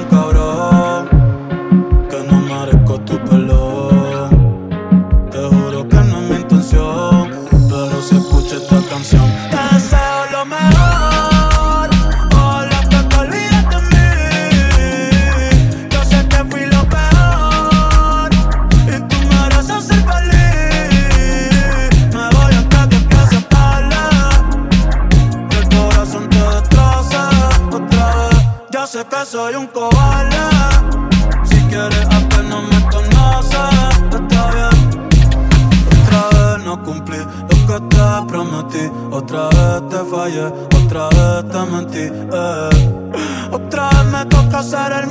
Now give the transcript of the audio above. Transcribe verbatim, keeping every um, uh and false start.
cabrón, que no merezco tu perdón. Te juro que no es mi intención, pero si escucho esta canción, te deseo lo mejor. Ojalá que te olvides de mí. Yo sé que fui lo peor y tú mereces ser feliz. Me voy antes de que se pele y el corazón te destroce otra vez. Yo sé que soy un cobarde. Si quieres apenas me conoces, está bien. Otra vez no cumplí lo que te prometí. Otra vez te fallé, otra vez te mentí, eh. Otra vez me toca ser el